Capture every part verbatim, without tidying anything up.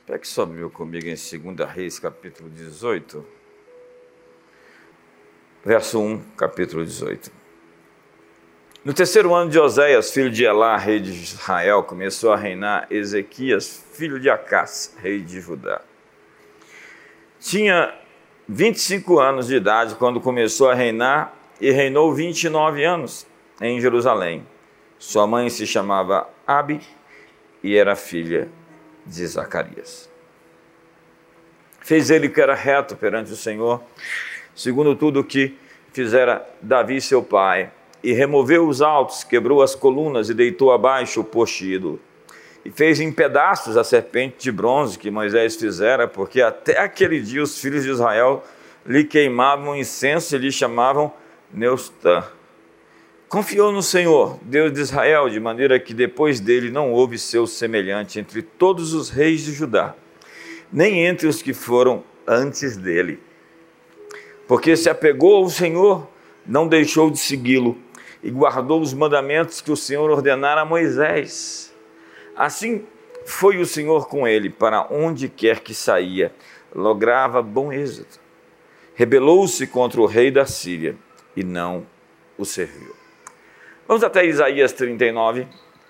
Pegue só meu comigo em segunda Reis, capítulo dezoito, verso um, capítulo dezoito. No terceiro ano de Oséias, filho de Elá, rei de Israel, começou a reinar Ezequias, filho de Acás, rei de Judá. Tinha vinte e cinco anos de idade quando começou a reinar e reinou vinte e nove anos em Jerusalém. Sua mãe se chamava Abi e era filha de Zacarias. Fez ele que era reto perante o Senhor, segundo tudo o que fizera Davi seu pai, e removeu os altos, quebrou as colunas e deitou abaixo o poste ídolo. E fez em pedaços a serpente de bronze que Moisés fizera, porque até aquele dia os filhos de Israel lhe queimavam incenso e lhe chamavam Neustã. Confiou no Senhor, Deus de Israel, de maneira que depois dele não houve seu semelhante entre todos os reis de Judá, nem entre os que foram antes dele. Porque se apegou ao Senhor, não deixou de segui-lo, e guardou os mandamentos que o Senhor ordenara a Moisés. Assim foi o Senhor com ele, para onde quer que saía, lograva bom êxito. Rebelou-se contra o rei da Síria, e não o serviu. Vamos até Isaías trinta e nove,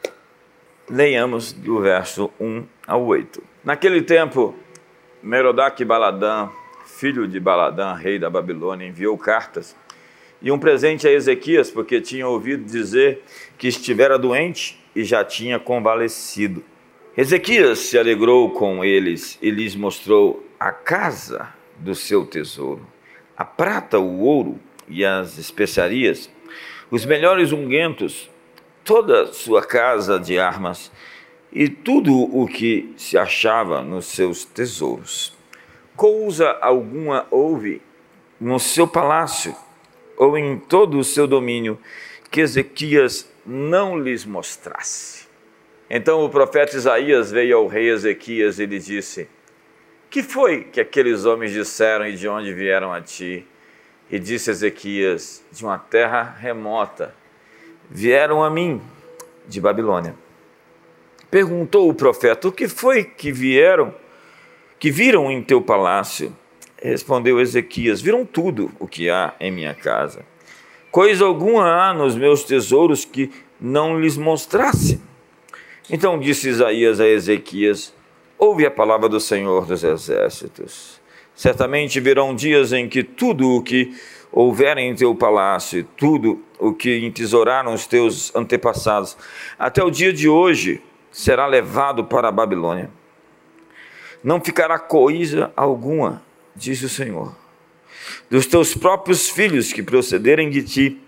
leiamos do verso um ao oito. Naquele tempo, Merodach-Baladã, filho de Baladã, rei da Babilônia, enviou cartas e um presente a Ezequias, porque tinha ouvido dizer que estivera doente e já tinha convalescido. Ezequias se alegrou com eles e lhes mostrou a casa do seu tesouro, a prata, o ouro e as especiarias, os melhores ungüentos, toda a sua casa de armas e tudo o que se achava nos seus tesouros. Coisa alguma houve no seu palácio ou em todo o seu domínio que Ezequias não lhes mostrasse. Então o profeta Isaías veio ao rei Ezequias e lhe disse: que foi que aqueles homens disseram e de onde vieram a ti? E disse Ezequias: de uma terra remota, vieram a mim de Babilônia. Perguntou o profeta: o que foi que vieram, que viram em teu palácio? Respondeu Ezequias: viram tudo o que há em minha casa. Coisa alguma há nos meus tesouros que não lhes mostrasse. Então disse Isaías a Ezequias: ouve a palavra do Senhor dos Exércitos. Certamente virão dias em que tudo o que houver em teu palácio, tudo o que entesouraram os teus antepassados, até o dia de hoje, será levado para a Babilônia. Não ficará coisa alguma, diz o Senhor, dos teus próprios filhos que procederem de ti,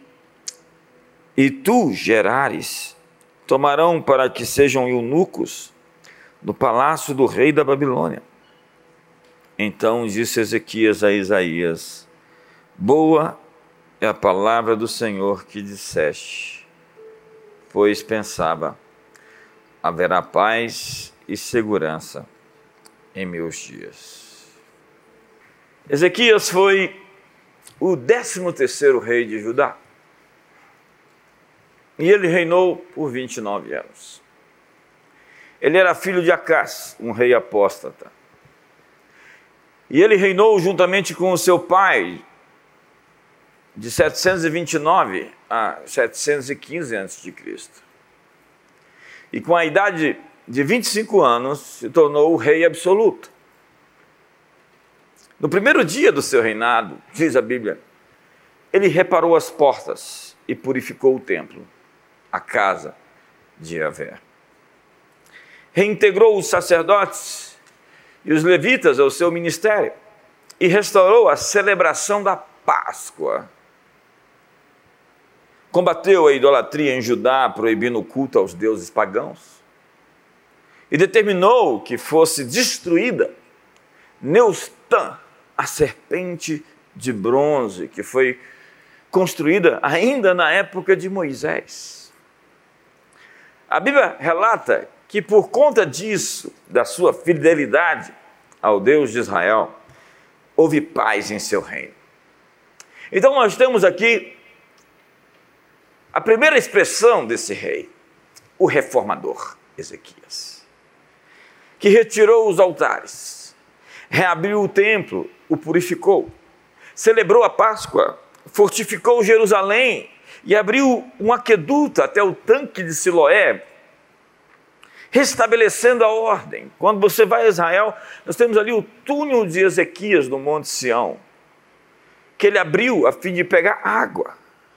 e tu gerares, tomarão para que sejam eunucos no palácio do rei da Babilônia. Então disse Ezequias a Isaías: boa é a palavra do Senhor que disseste, pois pensava, haverá paz e segurança em meus dias. Ezequias foi o décimo terceiro rei de Judá, e ele reinou por vinte e nove anos. Ele era filho de Acás, um rei apóstata. E ele reinou juntamente com o seu pai de setecentos e vinte e nove a setecentos e quinze antes de Cristo. E com a idade de vinte e cinco anos se tornou o rei absoluto. No primeiro dia do seu reinado, diz a Bíblia, ele reparou as portas e purificou o templo, a casa de Yahvé. Reintegrou os sacerdotes e os levitas ao seu ministério e restaurou a celebração da Páscoa. Combateu a idolatria em Judá, proibindo o culto aos deuses pagãos, e determinou que fosse destruída Neustã, a serpente de bronze, que foi construída ainda na época de Moisés. A Bíblia relata que por conta disso, da sua fidelidade ao Deus de Israel, houve paz em seu reino. Então nós temos aqui a primeira expressão desse rei, o reformador Ezequias. que retirou os altares, reabriu o templo, o purificou, celebrou a Páscoa, fortificou Jerusalém e abriu um aqueduto até o tanque de Siloé, restabelecendo a ordem. Quando você vai a Israel, nós temos ali o túnel de Ezequias no Monte Sião, que ele abriu a fim de pegar água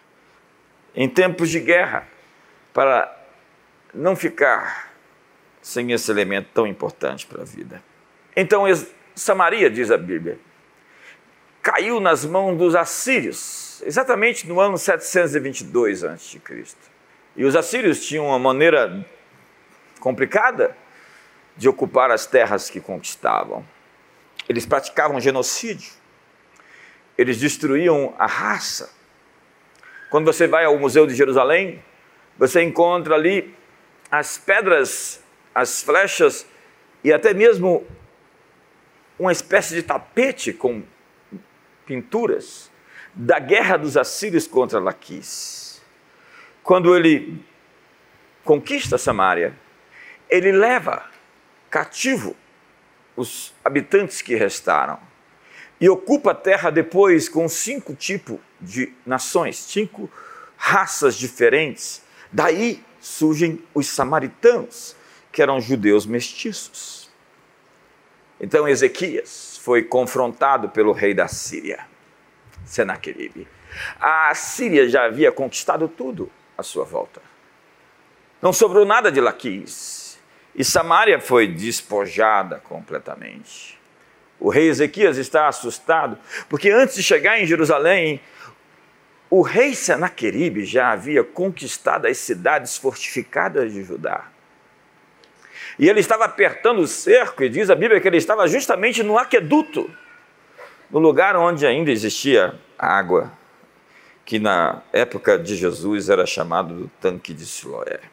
em tempos de guerra, para não ficar sem esse elemento tão importante para a vida. Então, Samaria, diz a Bíblia, caiu nas mãos dos assírios, exatamente no ano setecentos e vinte e dois antes de Cristo. E os assírios tinham uma maneira complicada de ocupar as terras que conquistavam. Eles praticavam genocídio, eles destruíam a raça. Quando você vai ao Museu de Jerusalém, você encontra ali as pedras, as flechas e até mesmo uma espécie de tapete com pinturas da guerra dos assírios contra Laquis. Quando ele conquista Samaria, ele leva cativo os habitantes que restaram e ocupa a terra depois com cinco tipos de nações, cinco raças diferentes. Daí surgem os samaritanos, que eram judeus mestiços. Então Ezequias foi confrontado pelo rei da Síria, Senaqueribe. A Síria já havia conquistado tudo à sua volta. Não sobrou nada de Laquis. E Samaria foi despojada completamente. O rei Ezequias está assustado, porque antes de chegar em Jerusalém, o rei Senaqueribe já havia conquistado as cidades fortificadas de Judá. E ele estava apertando o cerco, e diz a Bíblia que ele estava justamente no aqueduto, no lugar onde ainda existia água, que na época de Jesus era chamado do tanque de Siloé.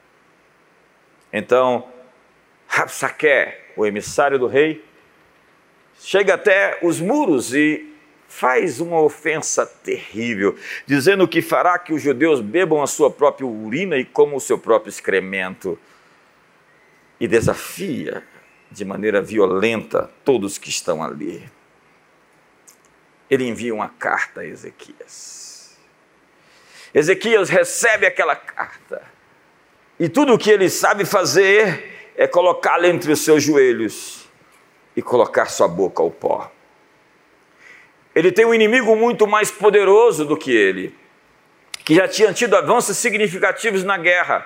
Então, Rabsaque, o emissário do rei, chega até os muros e faz uma ofensa terrível, dizendo que fará que os judeus bebam a sua própria urina e comam o seu próprio excremento, e desafia de maneira violenta todos que estão ali. Ele envia uma carta a Ezequias. Ezequias recebe aquela carta, e tudo o que ele sabe fazer é colocá-la entre os seus joelhos e colocar sua boca ao pó. Ele tem um inimigo muito mais poderoso do que ele, que já tinha tido avanços significativos na guerra.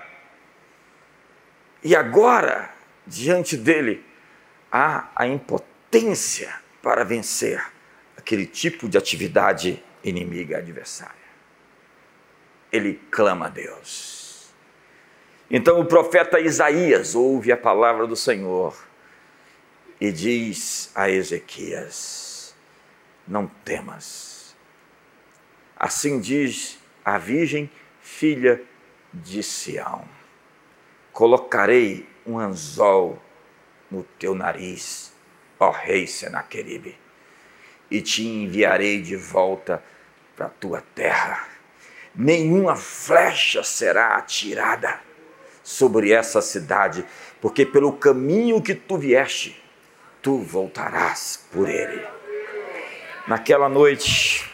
E agora, diante dele, há a impotência para vencer aquele tipo de atividade inimiga adversária. Ele clama a Deus. Então o profeta Isaías ouve a palavra do Senhor e diz a Ezequias: não temas. Assim diz a virgem filha de Sião: colocarei um anzol no teu nariz, ó rei Senaqueribe, e te enviarei de volta para a tua terra. Nenhuma flecha será atirada sobre essa cidade, porque pelo caminho que tu vieste, tu voltarás por ele. Naquela noite,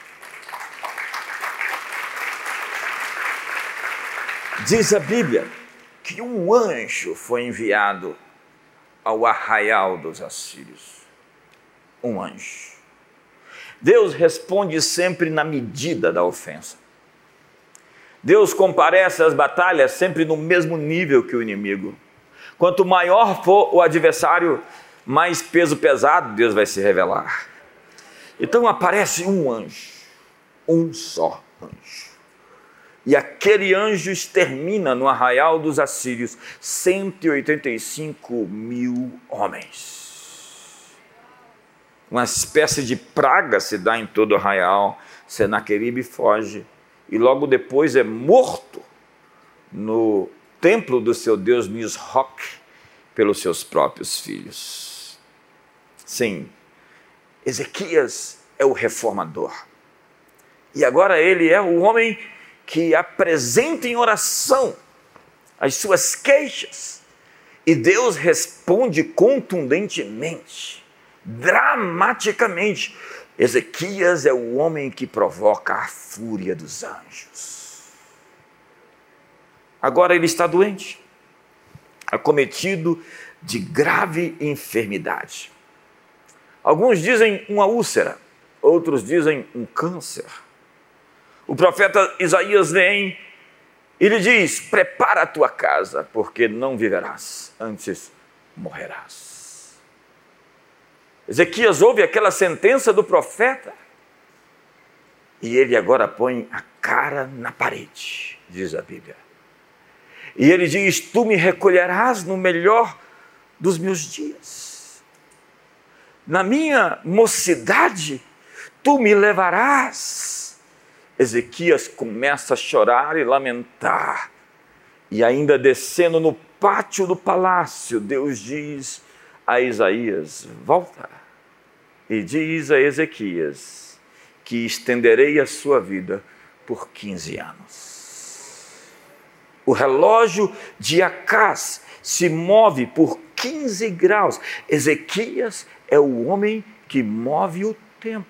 diz a Bíblia que um anjo foi enviado ao arraial dos assírios. Um anjo. Deus responde sempre na medida da ofensa. Deus comparece às batalhas sempre no mesmo nível que o inimigo. Quanto maior for o adversário, mais peso pesado Deus vai se revelar. Então aparece um anjo, um só anjo. E aquele anjo extermina no arraial dos assírios cento e oitenta e cinco mil homens. Uma espécie de praga se dá em todo o arraial. Senaqueribe foge e logo depois é morto no templo do seu deus Nisroch pelos seus próprios filhos. Sim, Ezequias é o reformador. E agora ele é o homem que apresenta em oração as suas queixas E Deus responde contundentemente, dramaticamente. Ezequias é o homem que provoca a fúria dos anjos. Agora ele está doente, acometido de grave enfermidade. Alguns dizem uma úlcera, outros dizem um câncer. O profeta Isaías vem e lhe diz: prepara a tua casa, porque não viverás, antes morrerás. Ezequias ouve aquela sentença do profeta e ele agora põe a cara na parede, diz a Bíblia. E ele diz: tu me recolherás no melhor dos meus dias. Na minha mocidade, tu me levarás. Ezequias começa a chorar e lamentar. E ainda descendo no pátio do palácio, Deus diz a Isaías: volta. E diz a Ezequias que estenderei a sua vida por quinze anos. O relógio de Acaz se move por quinze graus. Ezequias é o homem que move o tempo.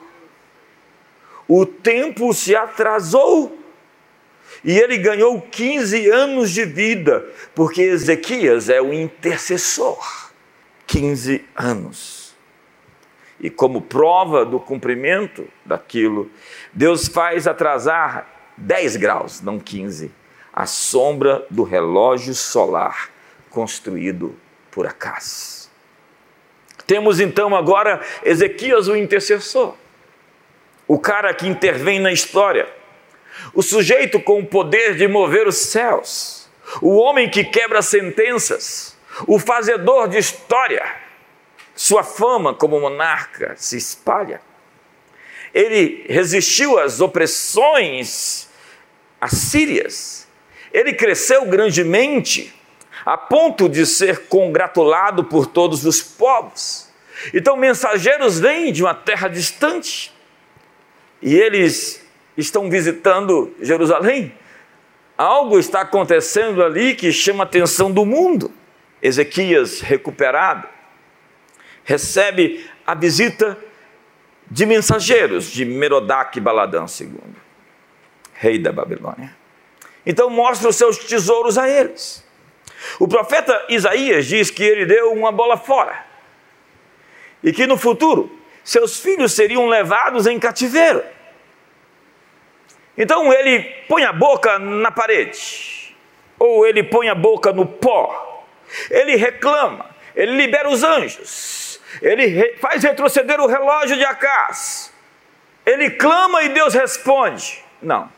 O tempo se atrasou e ele ganhou quinze anos de vida, porque Ezequias é o intercessor. quinze anos. E como prova do cumprimento daquilo, Deus faz atrasar dez graus, não quinze, a sombra do relógio solar construído por Acaz. Temos então agora Ezequias, o intercessor, o cara que intervém na história, o sujeito com o poder de mover os céus, o homem que quebra sentenças, o fazedor de história. Sua fama como monarca se espalha. Ele resistiu às opressões assírias. Ele cresceu grandemente, a ponto de ser congratulado por todos os povos. Então mensageiros vêm de uma terra distante e eles estão visitando Jerusalém. Algo está acontecendo ali que chama a atenção do mundo. Ezequias, recuperado, recebe a visita de mensageiros de Merodach-Baladã segundo, rei da Babilônia. Então mostra os seus tesouros a eles. O profeta Isaías diz que ele deu uma bola fora e que no futuro seus filhos seriam levados em cativeiro. Então ele põe a boca na parede, ou ele põe a boca no pó, ele reclama, ele libera os anjos, ele re- faz retroceder o relógio de Acaz, ele clama e Deus responde. Não.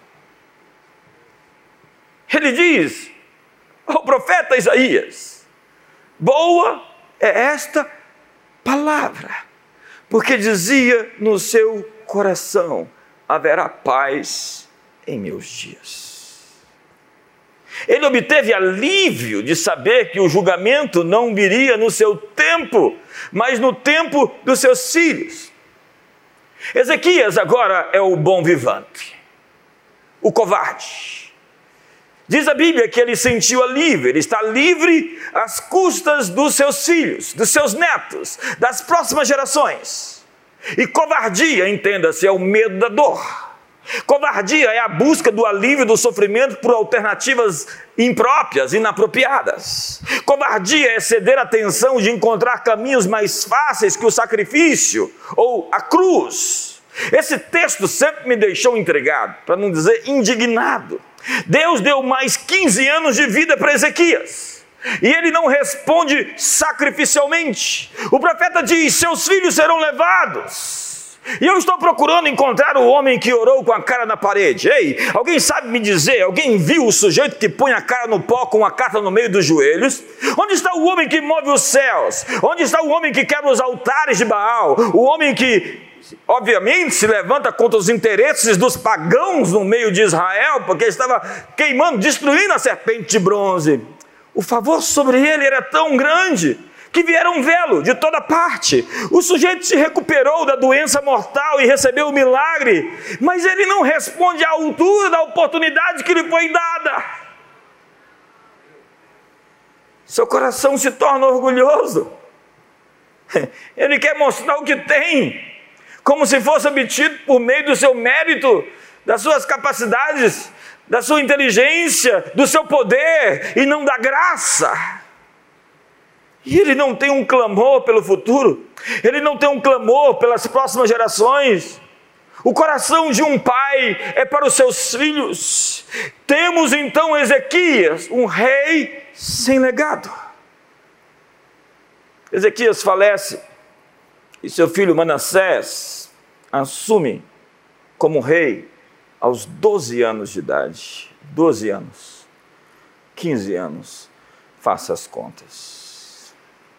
Ele diz ao profeta Isaías: boa é esta palavra, porque dizia no seu coração: haverá paz em meus dias. Ele obteve alívio de saber que o julgamento não viria no seu tempo, mas no tempo dos seus filhos. Ezequias agora é o bom vivante, o covarde. Diz a Bíblia que ele sentiu alívio, ele está livre às custas dos seus filhos, dos seus netos, das próximas gerações. E covardia, entenda-se, é o medo da dor. Covardia é a busca do alívio do sofrimento por alternativas impróprias, inapropriadas. Covardia é ceder à tensão de encontrar caminhos mais fáceis que o sacrifício ou a cruz. Esse texto sempre me deixou intrigado, para não dizer indignado. Deus deu mais quinze anos de vida para Ezequias e ele não responde sacrificialmente. O profeta diz: seus filhos serão levados. E eu estou procurando encontrar o homem que orou com a cara na parede. Ei, alguém sabe me dizer, alguém viu o sujeito que põe a cara no pó com a carta no meio dos joelhos? Onde está o homem que move os céus? Onde está o homem que quebra os altares de Baal? O homem que, obviamente, se levanta contra os interesses dos pagãos no meio de Israel, porque estava queimando, destruindo a serpente de bronze. O favor sobre ele era tão grande que vieram vê-lo de toda parte. O sujeito se recuperou da doença mortal e recebeu o milagre, mas ele não responde à altura da oportunidade que lhe foi dada. Seu coração se torna orgulhoso. Ele quer mostrar o que tem, como se fosse obtido por meio do seu mérito, das suas capacidades, da sua inteligência, do seu poder, e não da graça. E ele não tem um clamor pelo futuro, ele não tem um clamor pelas próximas gerações. O coração de um pai é para os seus filhos. Temos então Ezequias, um rei sem legado. Ezequias falece e seu filho Manassés assume como rei aos doze anos de idade. doze anos, quinze anos, faça as contas.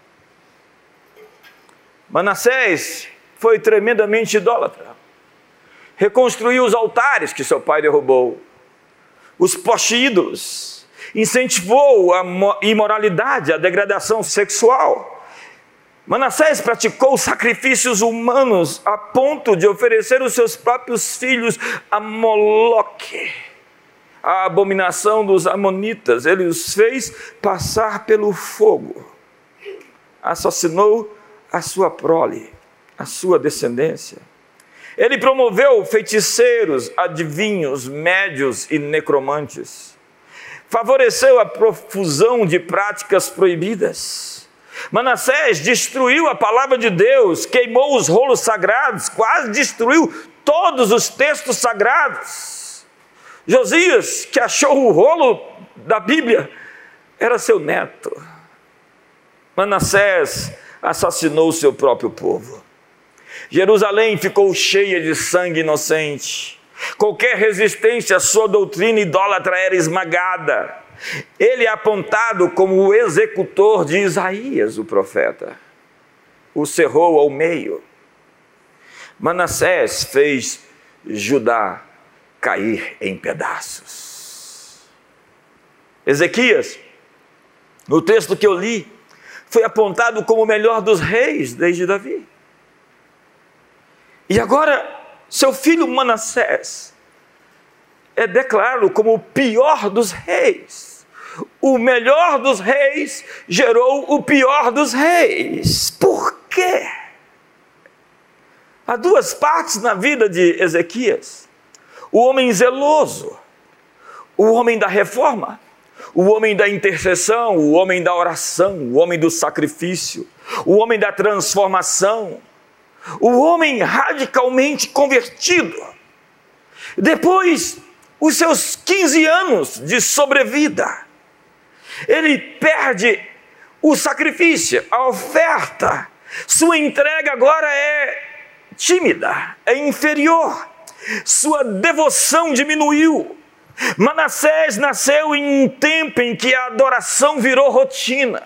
Manassés foi tremendamente idólatra. Reconstruiu os altares que seu pai derrubou, os postes-ídolos, incentivou a imoralidade, a degradação sexual. Manassés praticou sacrifícios humanos a ponto de oferecer os seus próprios filhos a Moloque, a abominação dos amonitas. Ele os fez passar pelo fogo. Assassinou a sua prole, a sua descendência. Ele promoveu feiticeiros, adivinhos, médios e necromantes. Favoreceu a profusão de práticas proibidas. Manassés destruiu a palavra de Deus, queimou os rolos sagrados, quase destruiu todos os textos sagrados. Josias, que achou o rolo da Bíblia, era seu neto. Manassés assassinou seu próprio povo. Jerusalém ficou cheia de sangue inocente. Qualquer resistência à sua doutrina idólatra era esmagada. Ele é apontado como o executor de Isaías, o profeta. O cerrou ao meio. Manassés fez Judá cair em pedaços. Ezequias, no texto que eu li, foi apontado como o melhor dos reis desde Davi. E agora, seu filho Manassés é declarado como o pior dos reis. O melhor dos reis gerou o pior dos reis. Por quê? Há duas partes na vida de Ezequias: o homem zeloso, o homem da reforma, o homem da intercessão, o homem da oração, o homem do sacrifício, o homem da transformação, o homem radicalmente convertido. Depois, os seus quinze anos de sobrevida, ele perde o sacrifício, a oferta. Sua entrega agora é tímida, é inferior. Sua devoção diminuiu. Manassés nasceu em um tempo em que a adoração virou rotina.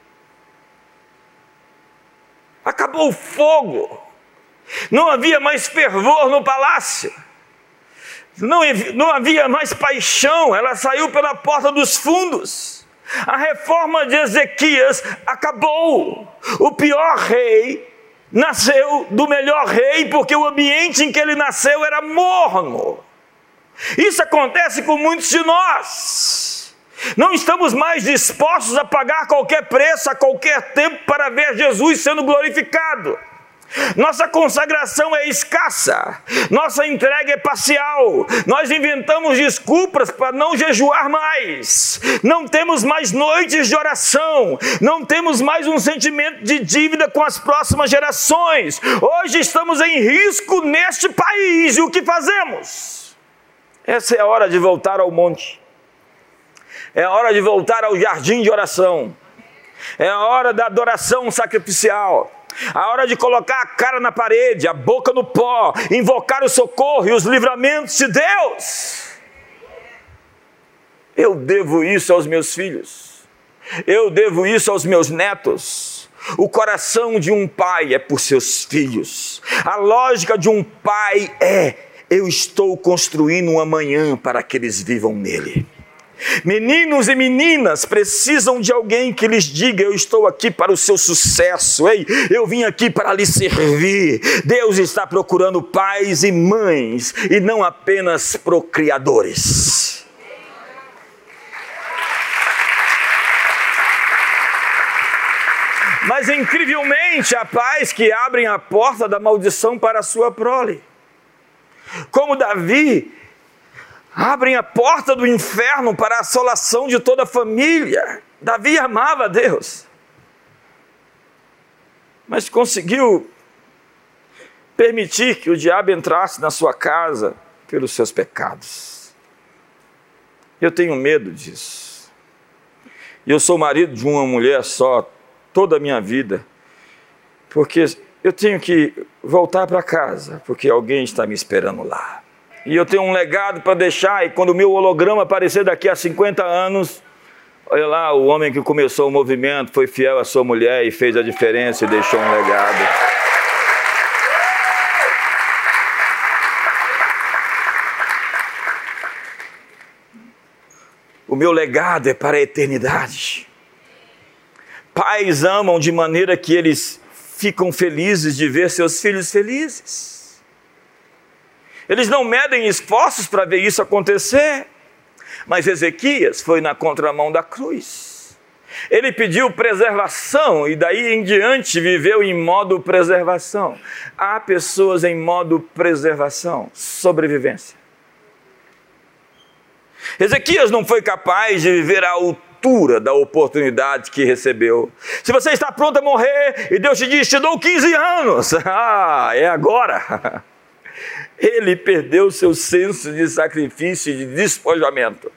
Acabou o fogo. Não havia mais fervor no palácio. Não, não havia mais paixão. Ela saiu pela porta dos fundos. A reforma de Ezequias acabou. O pior rei nasceu do melhor rei, porque o ambiente em que ele nasceu era morno. Isso acontece com muitos de nós. Não estamos mais dispostos a pagar qualquer preço, a qualquer tempo, para ver Jesus sendo glorificado. Nossa consagração é escassa, nossa entrega é parcial, nós inventamos desculpas para não jejuar mais, não temos mais noites de oração, não temos mais um sentimento de dívida com as próximas gerações. Hoje estamos em risco neste país, e o que fazemos? Essa é a hora de voltar ao monte, é a hora de voltar ao jardim de oração, é a hora da adoração sacrificial, a hora de colocar a cara na parede, a boca no pó, invocar o socorro e os livramentos de Deus. Eu devo isso aos meus filhos, eu devo isso aos meus netos. O coração de um pai é por seus filhos. A lógica de um pai é: eu estou construindo um amanhã para que eles vivam nele. Meninos e meninas precisam de alguém que lhes diga: eu estou aqui para o seu sucesso, ei, eu vim aqui para lhe servir. Deus está procurando pais e mães, e não apenas procriadores. Mas incrivelmente há pais que abrem a porta da maldição para a sua prole. Como Davi, abrem a porta do inferno para a assolação de toda a família. Davi amava a Deus, mas conseguiu permitir que o diabo entrasse na sua casa pelos seus pecados. Eu tenho medo disso. E eu sou marido de uma mulher só toda a minha vida, porque eu tenho que voltar para casa, porque alguém está me esperando lá. E eu tenho um legado para deixar, e quando o meu holograma aparecer daqui a cinquenta anos, olha lá, o homem que começou o movimento foi fiel à sua mulher e fez a diferença e deixou um legado. O meu legado é para a eternidade. Pais amam de maneira que eles ficam felizes de ver seus filhos felizes. Eles não medem esforços para ver isso acontecer. Mas Ezequias foi na contramão da cruz. Ele pediu preservação e daí em diante viveu em modo preservação. Há pessoas em modo preservação, sobrevivência. Ezequias não foi capaz de viver a altura da oportunidade que recebeu. Se você está pronto a morrer e Deus te diz, te dou quinze anos, ah, é agora. Ele perdeu seu senso de sacrifício e de despojamento.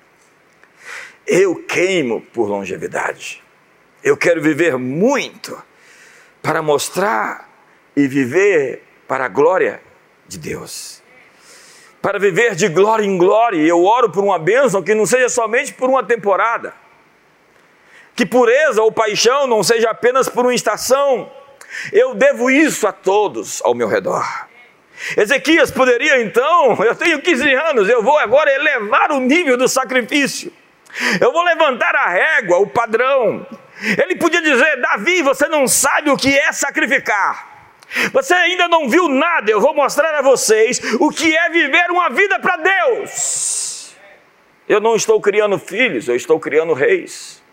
Eu queimo por longevidade. Eu quero viver muito para mostrar e viver para a glória de Deus. Para viver de glória em glória. Eu oro por uma bênção que não seja somente por uma temporada. Que pureza ou paixão não seja apenas por uma estação. Eu devo isso a todos ao meu redor. Ezequias poderia então, eu tenho quinze anos, eu vou agora elevar o nível do sacrifício. Eu vou levantar a régua, o padrão. Ele podia dizer, Davi, você não sabe o que é sacrificar. Você ainda não viu nada, eu vou mostrar a vocês o que é viver uma vida para Deus. Eu não estou criando filhos, eu estou criando reis.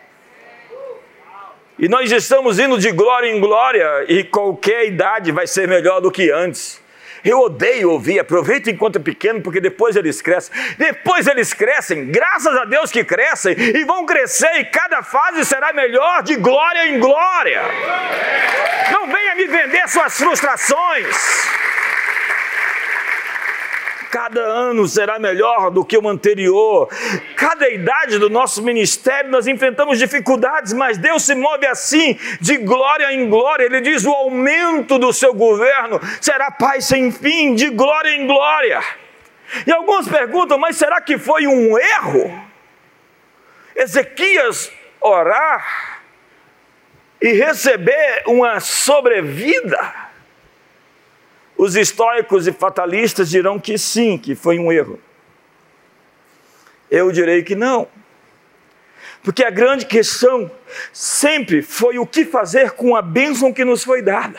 E nós estamos indo de glória em glória e qualquer idade vai ser melhor do que antes. Eu odeio ouvir, aproveita enquanto é pequeno, porque depois eles crescem. Depois eles crescem, graças a Deus que crescem, e vão crescer, e cada fase será melhor de glória em glória. Não venha me vender suas frustrações. Cada ano será melhor do que o anterior. Cada idade do nosso ministério nós enfrentamos dificuldades, mas Deus se move assim, de glória em glória. Ele diz, o aumento do seu governo será paz sem fim, de glória em glória. E alguns perguntam, mas será que foi um erro Ezequias orar e receber uma sobrevida? Os estoicos e fatalistas dirão que sim, que foi um erro. Eu direi que não. Porque a grande questão sempre foi o que fazer com a bênção que nos foi dada.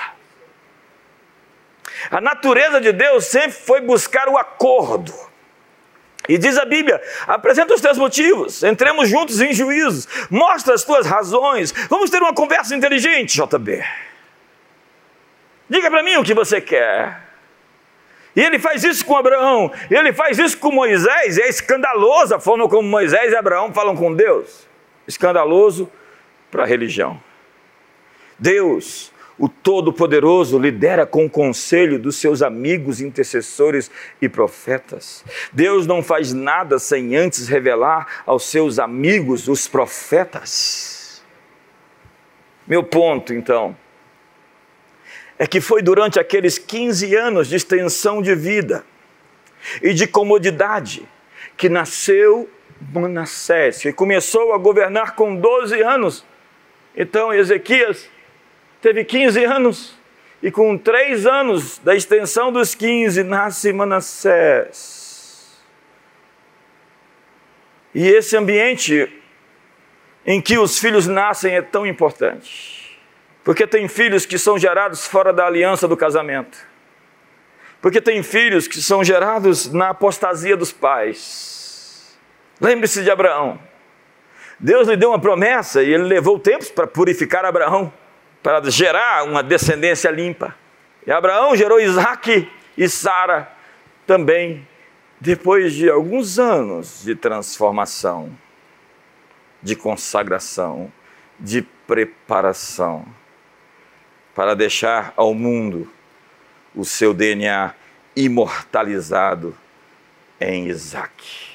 A natureza de Deus sempre foi buscar o acordo. E diz a Bíblia, apresenta os teus motivos, entremos juntos em juízos, mostra as tuas razões, vamos ter uma conversa inteligente, J B. Diga para mim o que você quer. E ele faz isso com Abraão, e ele faz isso com Moisés. É escandaloso a forma como Moisés e Abraão falam com Deus. Escandaloso para a religião. Deus, o Todo-Poderoso, lidera com o conselho dos seus amigos, intercessores e profetas. Deus não faz nada sem antes revelar aos seus amigos, os profetas. Meu ponto, então, é que foi durante aqueles quinze anos de extensão de vida e de comodidade que nasceu Manassés, que começou a governar com doze anos. Então Ezequias teve quinze anos e com três anos da extensão dos quinze nasce Manassés. E esse ambiente em que os filhos nascem é tão importante. Porque tem filhos que são gerados fora da aliança do casamento. Porque tem filhos que são gerados na apostasia dos pais. Lembre-se de Abraão. Deus lhe deu uma promessa e ele levou tempos para purificar Abraão. para gerar uma descendência limpa. E Abraão gerou Isaque e Sara também, depois de alguns anos de transformação, de consagração, de preparação, para deixar ao mundo o seu D N A imortalizado em Isaque.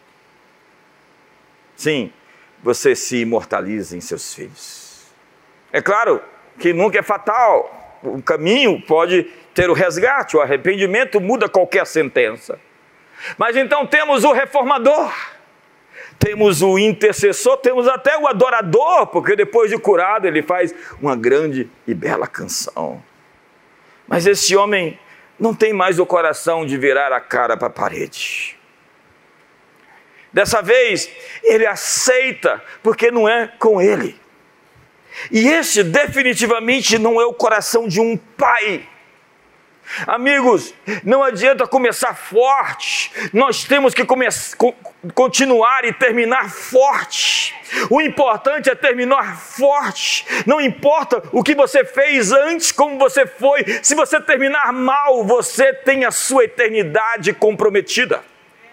Sim, você se imortaliza em seus filhos. É claro que nunca é fatal. O caminho pode ter o resgate, o arrependimento muda qualquer sentença. Mas então temos o reformador, temos o intercessor, temos até o adorador, porque depois de curado ele faz uma grande e bela canção. Mas esse homem não tem mais o coração de virar a cara para a parede. Dessa vez, ele aceita, porque não é com ele. E esse definitivamente não é o coração de um pai. Amigos, não adianta começar forte, nós temos que começar, continuar e terminar forte. O importante é terminar forte. Não importa o que você fez antes, como você foi. Se você terminar mal, você tem a sua eternidade comprometida.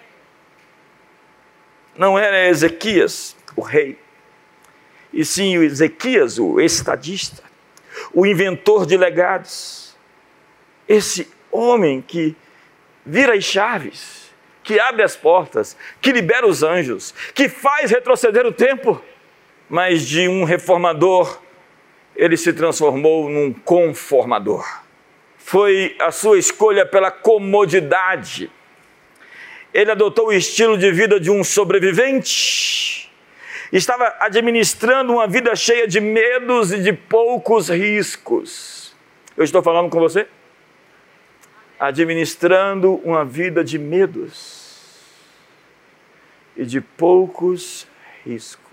Não era Ezequias, o rei, e sim o Ezequias, o estadista, o inventor de legados. Esse homem que vira as chaves, que abre as portas, que libera os anjos, que faz retroceder o tempo. Mas de um reformador, ele se transformou num conformador. Foi a sua escolha pela comodidade. Ele adotou o estilo de vida de um sobrevivente. Estava administrando uma vida cheia de medos e de poucos riscos. Eu estou falando com você? Administrando uma vida de medos e de poucos riscos.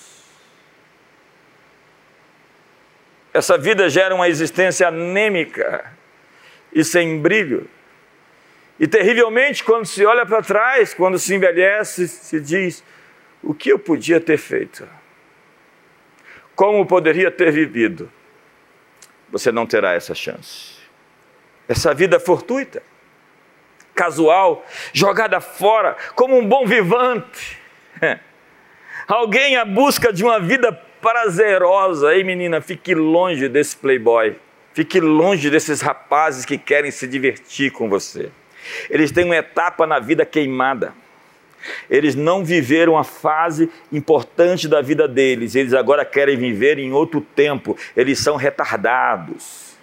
Essa vida gera uma existência anêmica e sem brilho. E terrivelmente, quando se olha para trás, quando se envelhece, se diz: o que eu podia ter feito? Como poderia ter vivido? Você não terá essa chance. Essa vida fortuita, casual, jogada fora, como um bom vivante. Alguém à busca de uma vida prazerosa. Ei, menina, fique longe desse playboy. Fique longe desses rapazes que querem se divertir com você. Eles têm uma etapa na vida queimada. Eles não viveram a fase importante da vida deles. Eles agora querem viver em outro tempo. Eles são retardados.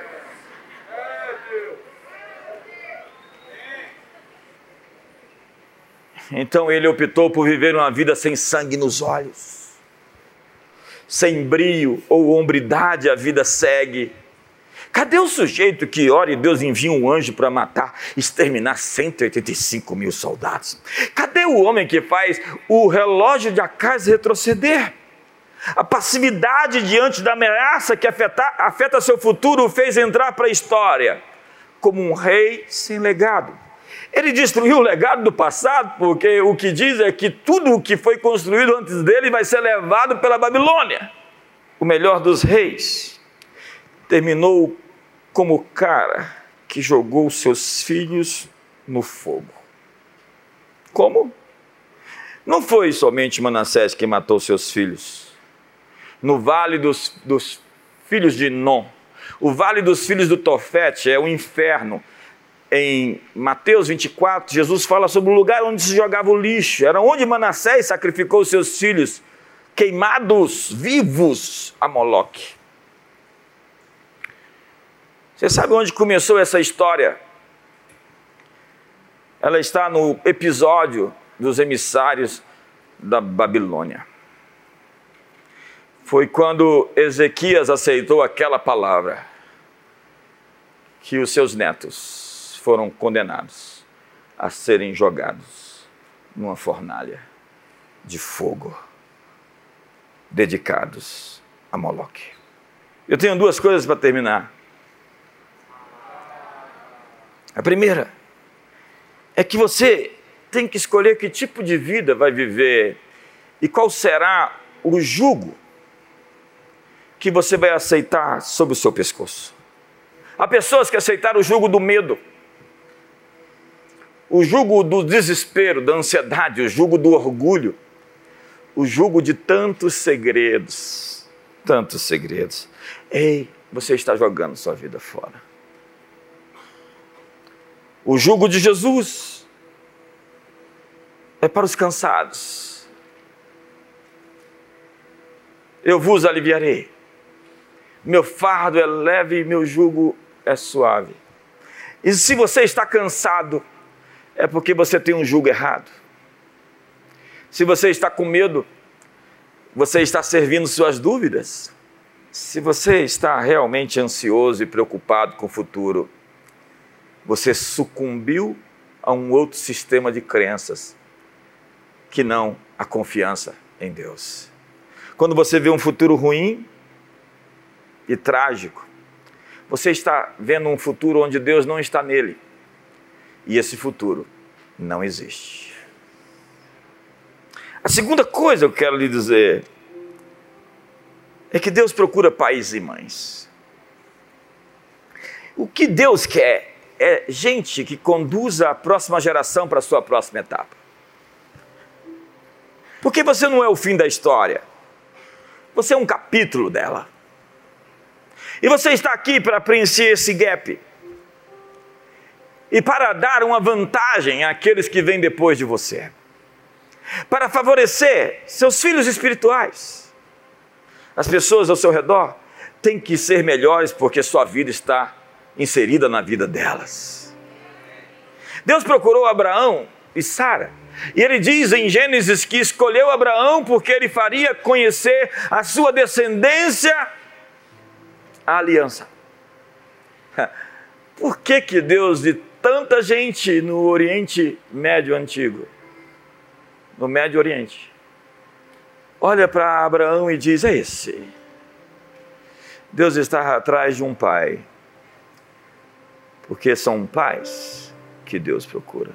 Então ele optou por viver uma vida sem sangue nos olhos, sem brio ou hombridade. A vida segue. Cadê o sujeito que ora e Deus envia um anjo para matar, exterminar cento e oitenta e cinco mil soldados? Cadê o homem que faz o relógio de Acais retroceder? A passividade diante da ameaça que afeta, afeta seu futuro o fez entrar para a história como um rei sem legado. Ele destruiu o legado do passado, porque o que diz é que tudo o que foi construído antes dele vai ser levado pela Babilônia. O melhor dos reis terminou como o cara que jogou seus filhos no fogo. Como? Não foi somente Manassés que matou seus filhos. No vale dos, dos filhos de Non, o vale dos filhos do Tofete é o inferno. Em Mateus vinte e quatro, Jesus fala sobre o lugar onde se jogava o lixo. Era onde Manassés sacrificou seus filhos queimados, vivos, a Moloque. Você sabe onde começou essa história? Ela está no episódio dos emissários da Babilônia. Foi quando Ezequias aceitou aquela palavra que os seus netos foram condenados a serem jogados numa fornalha de fogo, dedicados a Moloque. Eu tenho duas coisas para terminar. A primeira é que você tem que escolher que tipo de vida vai viver e qual será o jugo que você vai aceitar sob o seu pescoço. Há pessoas que aceitaram o jugo do medo, o jugo do desespero, da ansiedade, o jugo do orgulho, o jugo de tantos segredos, tantos segredos. Ei, você está jogando sua vida fora. O jugo de Jesus é para os cansados. Eu vos aliviarei. Meu fardo é leve e meu jugo é suave. E se você está cansado, é porque você tem um jugo errado. Se você está com medo, você está servindo suas dúvidas. Se você está realmente ansioso e preocupado com o futuro, você sucumbiu a um outro sistema de crenças, que não a confiança em Deus. Quando você vê um futuro ruim e trágico, você está vendo um futuro onde Deus não está nele. E esse futuro não existe. A segunda coisa que eu quero lhe dizer é que Deus procura pais e mães. O que Deus quer é gente que conduza a próxima geração para a sua próxima etapa. Porque você não é o fim da história. Você é um capítulo dela. E você está aqui para preencher esse gap. E para dar uma vantagem àqueles que vêm depois de você. Para favorecer seus filhos espirituais. As pessoas ao seu redor têm que ser melhores porque sua vida está inserida na vida delas. Deus procurou Abraão e Sara. E ele diz em Gênesis que escolheu Abraão porque ele faria conhecer a sua descendência a aliança. Por que que Deus, de tanta gente no Oriente Médio Antigo, no Médio Oriente, olha para Abraão e diz, é esse. Deus está atrás de um pai, porque são pais que Deus procura.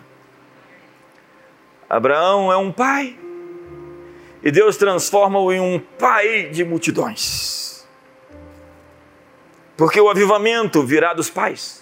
Abraão é um pai, e Deus transforma-o em um pai de multidões. Porque o avivamento virá dos pais.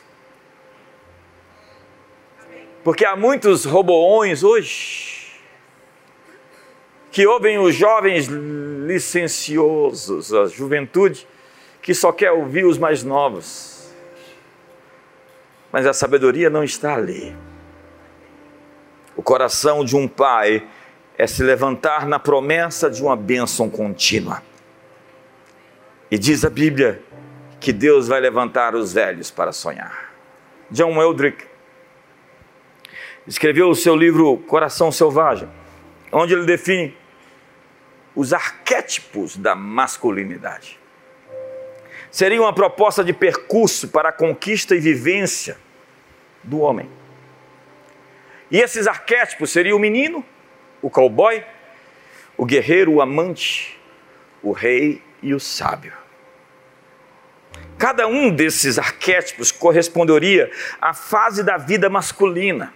Porque há muitos roboões hoje, que ouvem os jovens licenciosos, a juventude, que só quer ouvir os mais novos. Mas a sabedoria não está ali. O coração de um pai é se levantar na promessa de uma bênção contínua. E diz a Bíblia que Deus vai levantar os velhos para sonhar. John Eldrick escreveu o seu livro Coração Selvagem, onde ele define os arquétipos da masculinidade. Seria uma proposta de percurso para a conquista e vivência do homem. E esses arquétipos seriam o menino, o cowboy, o guerreiro, o amante, o rei e o sábio. Cada um desses arquétipos corresponderia à fase da vida masculina.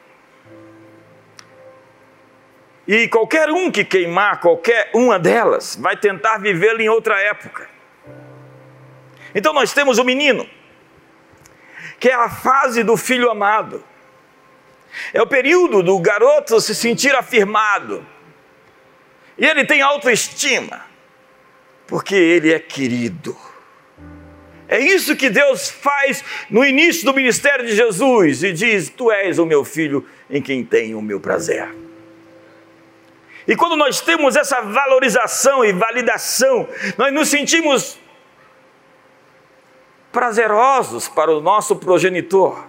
E qualquer um que queimar qualquer uma delas vai tentar vivê-la em outra época. Então nós temos o menino, que é a fase do filho amado. É o período do garoto se sentir afirmado. E ele tem autoestima, porque ele é querido. É isso que Deus faz no início do ministério de Jesus. E diz, tu és o meu filho em quem tenho o meu prazer. E quando nós temos essa valorização e validação, nós nos sentimos prazerosos para o nosso progenitor.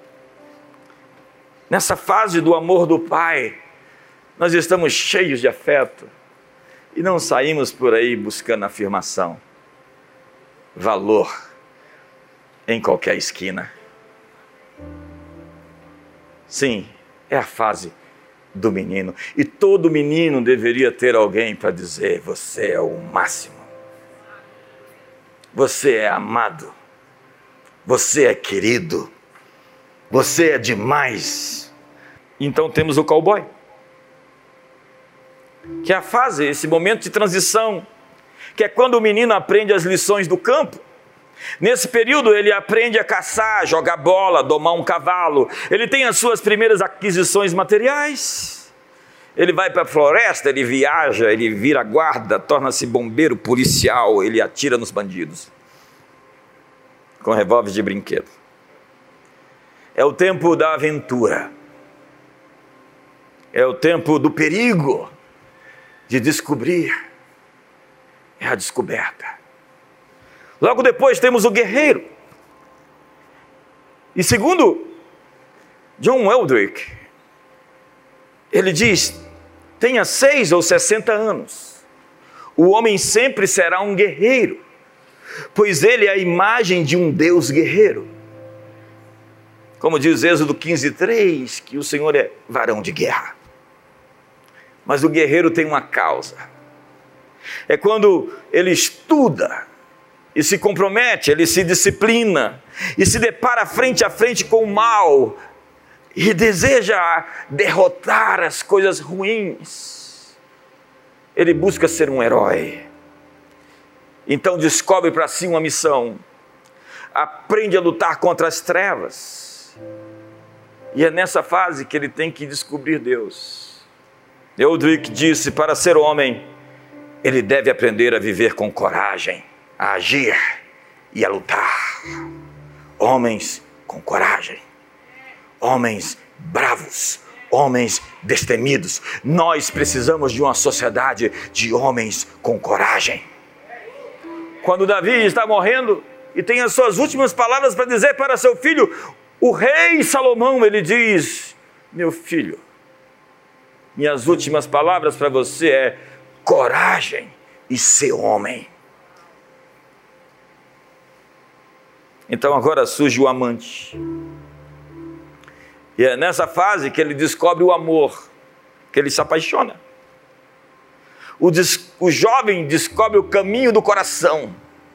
Nessa fase do amor do Pai, nós estamos cheios de afeto e não saímos por aí buscando afirmação, valor em qualquer esquina. Sim, é a fase do menino. E todo menino deveria ter alguém para dizer, você é o máximo. Você é amado. Você é querido. Você é demais. Então temos o cowboy, que é a fase, esse momento de transição, que é quando o menino aprende as lições do campo. Nesse período ele aprende a caçar, jogar bola, domar um cavalo. Ele tem as suas primeiras aquisições materiais. Ele vai para a floresta, ele viaja, ele vira guarda, torna-se bombeiro, policial, ele atira nos bandidos com revólver de brinquedo. É o tempo da aventura. É o tempo do perigo, de descobrir. É a descoberta. Logo depois temos o guerreiro. E segundo John Eldredge, ele diz, tenha seis ou sessenta anos, o homem sempre será um guerreiro, pois ele é a imagem de um Deus guerreiro. Como diz Êxodo quinze, três, que o Senhor é varão de guerra. Mas o guerreiro tem uma causa. É quando ele estuda e se compromete, ele se disciplina e se depara frente a frente com o mal e deseja derrotar as coisas ruins. Ele busca ser um herói. Então descobre para si uma missão. Aprende a lutar contra as trevas. E é nessa fase que ele tem que descobrir Deus. Eldredge disse, para ser homem, ele deve aprender a viver com coragem, a agir e a lutar. Homens com coragem, homens bravos, homens destemidos. Nós precisamos de uma sociedade de homens com coragem. Quando Davi está morrendo e tem as suas últimas palavras para dizer para seu filho, o rei Salomão, ele diz, meu filho, minhas últimas palavras para você é coragem e ser homem. Então agora surge o amante. E é nessa fase que ele descobre o amor, que ele se apaixona. O, des, o jovem descobre o caminho do coração.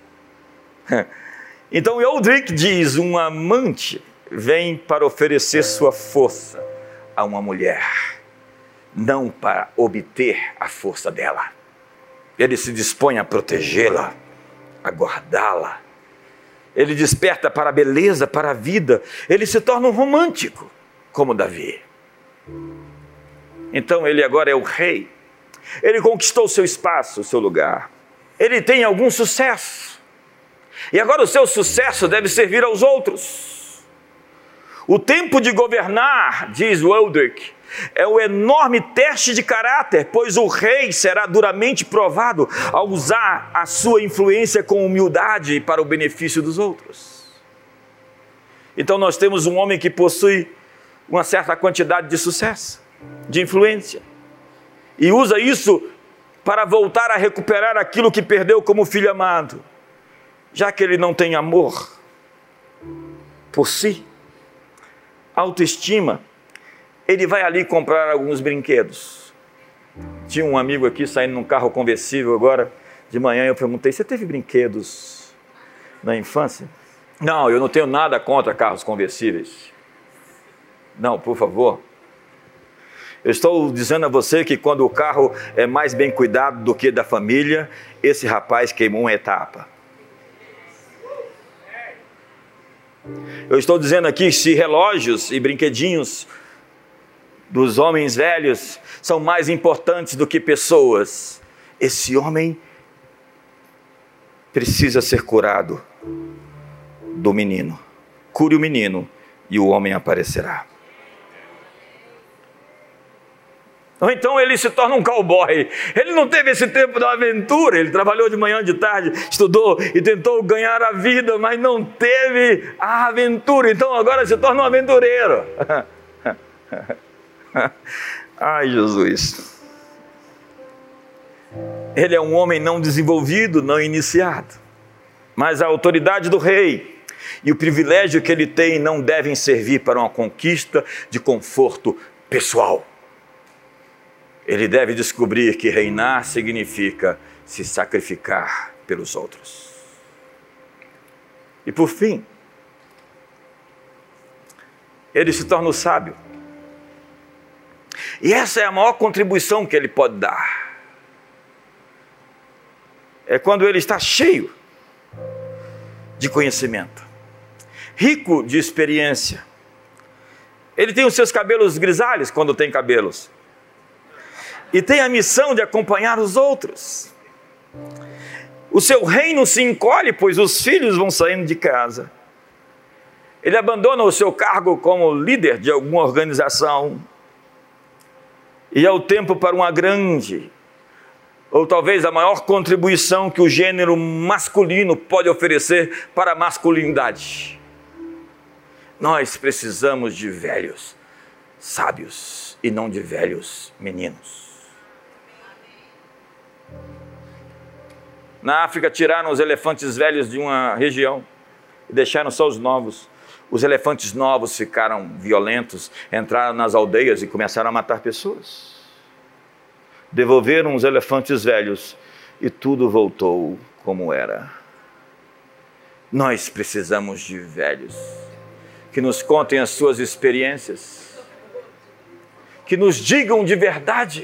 Então Eldredge diz, um amante vem para oferecer sua força a uma mulher, não para obter a força dela. Ele se dispõe a protegê-la, a guardá-la. Ele desperta para a beleza, para a vida. Ele se torna um romântico, como Davi. Então ele agora é o rei. Ele conquistou o seu espaço, o seu lugar. Ele tem algum sucesso. E agora o seu sucesso deve servir aos outros. O tempo de governar, diz o Eldredge, é o enorme teste de caráter, pois o rei será duramente provado ao usar a sua influência com humildade para o benefício dos outros. Então nós temos um homem que possui uma certa quantidade de sucesso, de influência, e usa isso para voltar a recuperar aquilo que perdeu como filho amado, já que ele não tem amor por si, autoestima, ele vai ali comprar alguns brinquedos. Tinha um amigo aqui saindo num carro conversível agora, de manhã eu perguntei, você teve brinquedos na infância? Não, eu não tenho nada contra carros conversíveis. Não, por favor. Eu estou dizendo a você que quando o carro é mais bem cuidado do que da família, esse rapaz queimou uma etapa. Eu estou dizendo aqui, se relógios e brinquedinhos dos homens velhos são mais importantes do que pessoas, esse homem precisa ser curado do menino. Cure o menino e o homem aparecerá. Ou então ele se torna um cowboy. Ele não teve esse tempo da aventura. Ele trabalhou de manhã, de tarde, estudou e tentou ganhar a vida, mas não teve a aventura. Então agora se torna um aventureiro. Ai, Jesus. Ele é um homem não desenvolvido, não iniciado. Mas a autoridade do rei e o privilégio que ele tem não devem servir para uma conquista de conforto pessoal. Ele deve descobrir que reinar significa se sacrificar pelos outros. E por fim, ele se torna o sábio. E essa é a maior contribuição que ele pode dar. é quando ele está cheio de conhecimento, rico de experiência. Ele tem os seus cabelos grisalhos, quando tem cabelos, e tem a missão de acompanhar os outros. O seu reino se encolhe, pois os filhos vão saindo de casa. Ele abandona o seu cargo como líder de alguma organização, e é o tempo para uma grande, ou talvez a maior contribuição que o gênero masculino pode oferecer para a masculinidade. Nós precisamos de velhos sábios e não de velhos meninos. Na África tiraram os elefantes velhos de uma região e deixaram só os novos. Os elefantes novos ficaram violentos, entraram nas aldeias e começaram a matar pessoas. Devolveram os elefantes velhos e tudo voltou como era. Nós precisamos de velhos que nos contem as suas experiências, que nos digam de verdade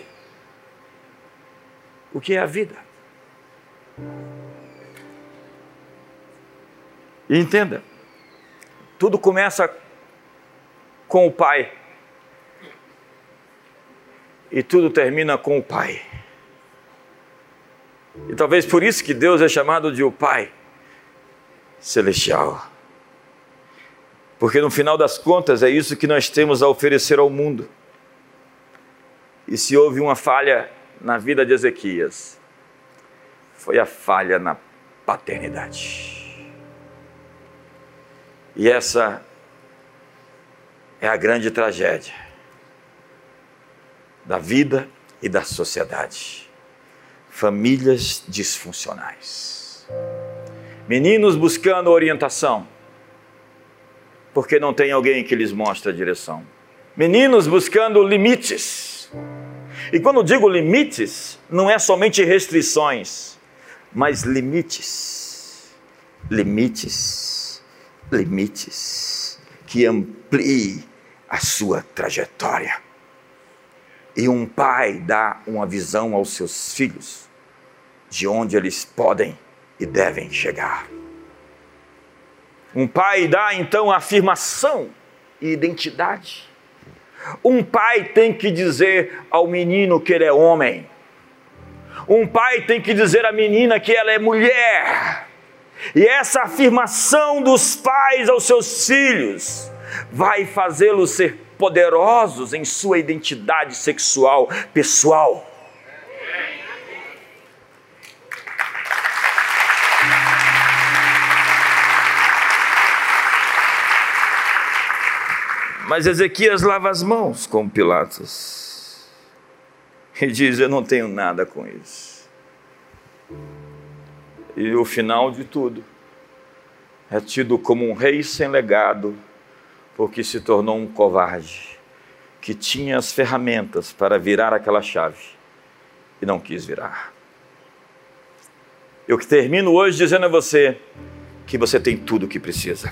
o que é a vida. E entenda, tudo começa com o pai e tudo termina com o pai. E talvez por isso que Deus é chamado de o Pai Celestial, porque no final das contas é isso que nós temos a oferecer ao mundo. E se houve uma falha na vida de Ezequias, foi a falha na paternidade. E essa é a grande tragédia da vida e da sociedade. Famílias disfuncionais. Meninos buscando orientação, porque não tem alguém que lhes mostre a direção. Meninos buscando limites. E quando digo limites, não é somente restrições, mas limites. Limites. Limites que ampliem a sua trajetória. E um pai dá uma visão aos seus filhos de onde eles podem e devem chegar. Um pai dá então afirmação e identidade. Um pai tem que dizer ao menino que ele é homem. Um pai tem que dizer à menina que ela é mulher. E essa afirmação dos pais aos seus filhos vai fazê-los ser poderosos em sua identidade sexual pessoal. Mas Ezequias lava as mãos com Pilatos e diz: eu não tenho nada com isso. E o final de tudo é tido como um rei sem legado, porque se tornou um covarde, que tinha as ferramentas para virar aquela chave e não quis virar. Eu que termino hoje dizendo a você que você tem tudo o que precisa.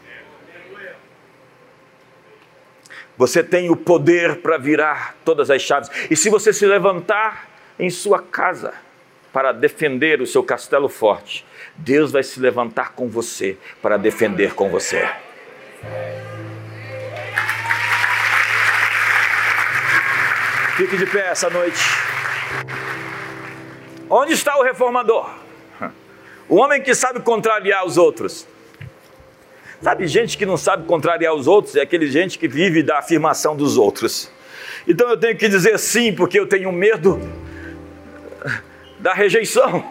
Você tem o poder para virar todas as chaves. E se você se levantar em sua casa para defender o seu castelo forte, Deus vai se levantar com você para defender com você. Fique de pé essa noite. Onde está o reformador? O homem que sabe contrariar os outros. Sabe, gente que não sabe contrariar os outros é aquele gente que vive da afirmação dos outros. Então eu tenho que dizer sim, porque eu tenho medo da rejeição.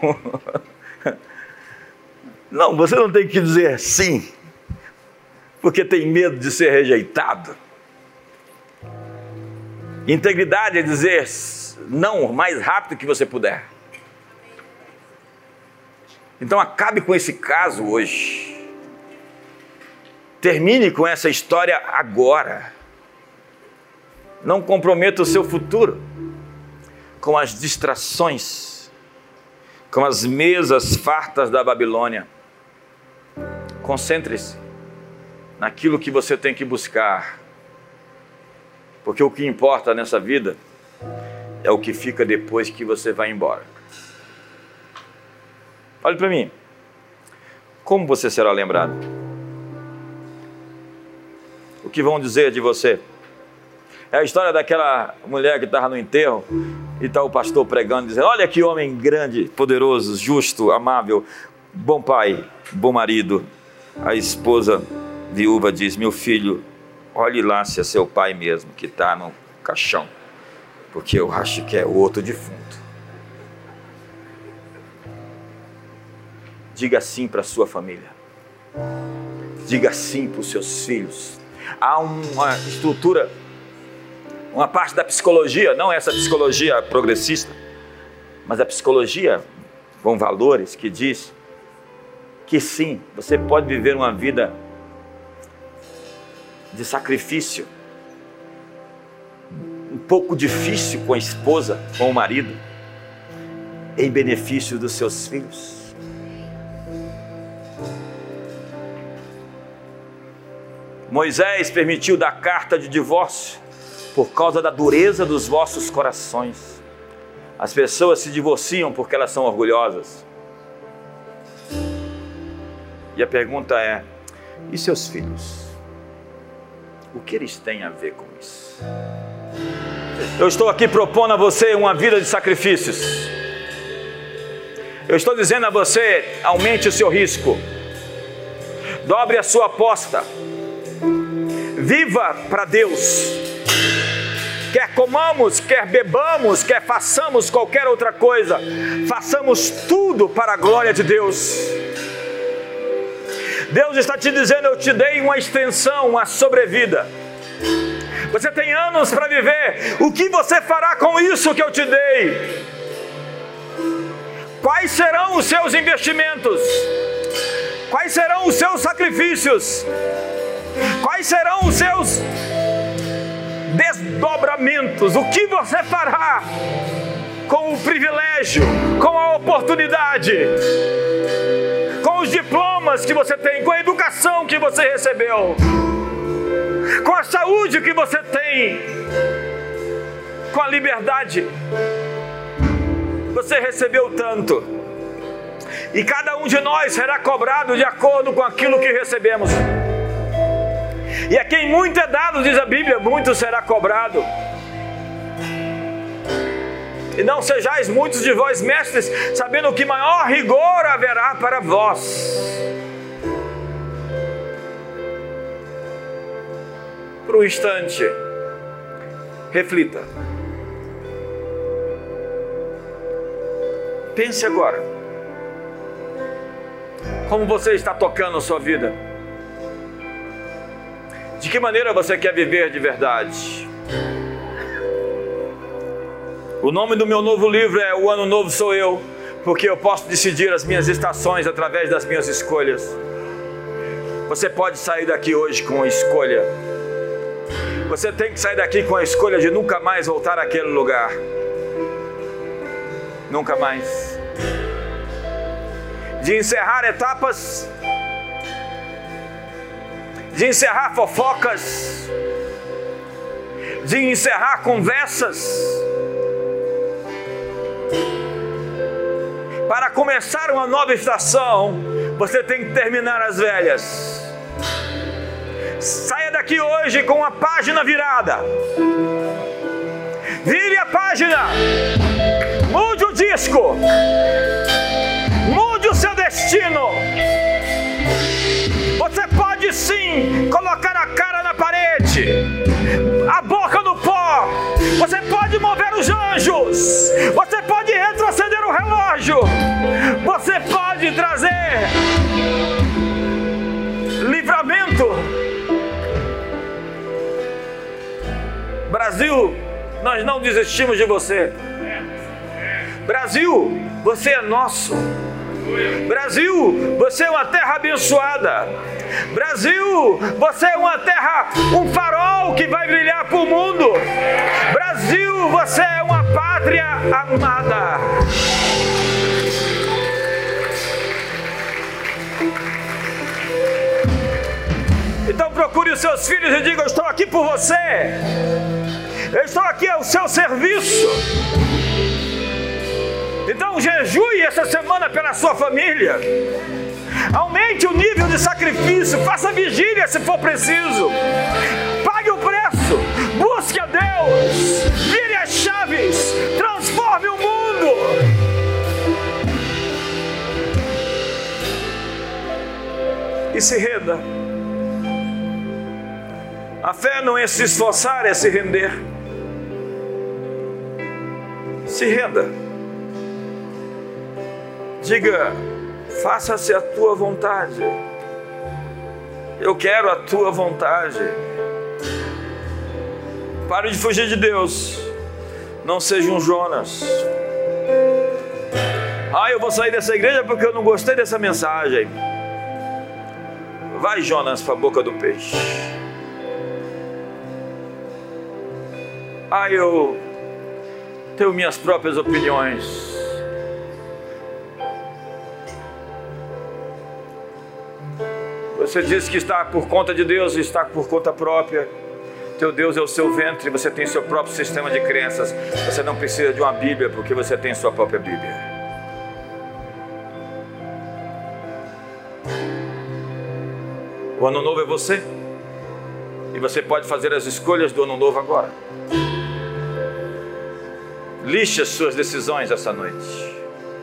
Não, você não tem que dizer sim, porque tem medo de ser rejeitado. Integridade é dizer não o mais rápido que você puder. Então acabe com esse caso hoje. Termine com essa história agora. Não comprometa o seu futuro com as distrações, com as mesas fartas da Babilônia. Concentre-se naquilo que você tem que buscar, porque o que importa nessa vida é o que fica depois que você vai embora. Olhe para mim. Como você será lembrado? O que vão dizer de você? É a história daquela mulher que estava no enterro e está o pastor pregando, dizendo: olha que homem grande, poderoso, justo, amável, bom pai, bom marido. A esposa viúva diz: meu filho, olhe lá se é seu pai mesmo que está no caixão, porque eu acho que é o outro defunto. Diga sim para a sua família. Diga sim para os seus filhos. Há uma estrutura, uma parte da psicologia, não essa psicologia progressista, mas a psicologia com valores, que diz que sim, você pode viver uma vida de sacrifício, um pouco difícil com a esposa, com o marido, em benefício dos seus filhos. Moisés permitiu dar carta de divórcio por causa da dureza dos vossos corações. As pessoas se divorciam porque elas são orgulhosas. E a pergunta é: e seus filhos? O que eles têm a ver com isso? Eu estou aqui propondo a você uma vida de sacrifícios. Eu estou dizendo a você: aumente o seu risco, dobre a sua aposta, viva para Deus. Quer comamos, quer bebamos, quer façamos qualquer outra coisa, façamos tudo para a glória de Deus. Deus está te dizendo: eu te dei uma extensão, uma sobrevida. Você tem anos para viver. O que você fará com isso que eu te dei? Quais serão os seus investimentos? Quais serão os seus sacrifícios? Quais serão os seus desdobramentos? O que você fará com o privilégio, com a oportunidade, com os diplomas que você tem, com a educação que você recebeu, com a saúde que você tem, com a liberdade? Você recebeu tanto, e cada um de nós será cobrado de acordo com aquilo que recebemos. E a quem muito é dado, diz a Bíblia, muito será cobrado. E não sejais muitos de vós mestres, sabendo que maior rigor haverá para vós. Por um instante, reflita. Pense agora, como você está tocando a sua vida? De que maneira você quer viver de verdade? O nome do meu novo livro é O Ano Novo Sou Eu, porque eu posso decidir as minhas estações através das minhas escolhas. Você pode sair daqui hoje com uma escolha. Você tem que sair daqui com a escolha de nunca mais voltar àquele lugar. Nunca mais. De encerrar etapas, de encerrar fofocas, de encerrar conversas, para começar uma nova estação. Você tem que terminar as velhas. Saia daqui hoje com a página virada. Vire a página. Mude o disco. Mude o seu destino. Você pode sim colocar a cara na parede, a boca no pó. Você pode mover os anjos. Você pode retroceder o relógio. Você pode trazer livramento. Brasil, nós não desistimos de você. Brasil, você é nosso. Brasil, você é uma terra abençoada. Brasil, você é uma terra, um farol que vai brilhar para o mundo. Brasil, você é uma pátria amada. Então procure os seus filhos e diga: eu estou aqui por você. Eu estou aqui ao seu serviço. Então jejue essa semana pela sua família. Aumente o nível de sacrifício, faça vigília se for preciso. Pague o preço, busque a Deus, vire as chaves, transforme o mundo. E se renda. A fé não é se esforçar, é se render. Se renda. Diga: faça-se a tua vontade. Eu quero a tua vontade. Pare de fugir de Deus. Não seja um Jonas. Ah, eu vou sair dessa igreja porque eu não gostei dessa mensagem. Vai, Jonas, para a boca do peixe. Ah, eu tenho minhas próprias opiniões. Você diz que está por conta de Deus e está por conta própria. Teu Deus é o seu ventre, você tem seu próprio sistema de crenças. Você não precisa de uma Bíblia porque você tem sua própria Bíblia. O ano novo é você. E você pode fazer as escolhas do ano novo agora. Lixe as suas decisões essa noite.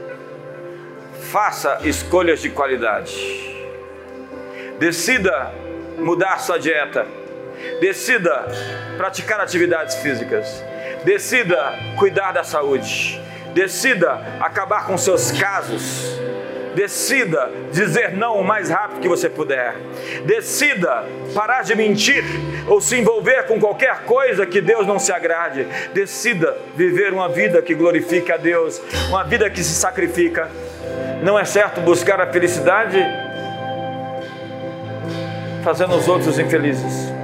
Faça escolhas de qualidade. Decida mudar sua dieta. Decida praticar atividades físicas. Decida cuidar da saúde. Decida acabar com seus casos. Decida dizer não o mais rápido que você puder. Decida parar de mentir ou se envolver com qualquer coisa que Deus não se agrade. Decida viver uma vida que glorifique a Deus, uma vida que se sacrifica. Não é certo buscar a felicidade fazendo os outros infelizes.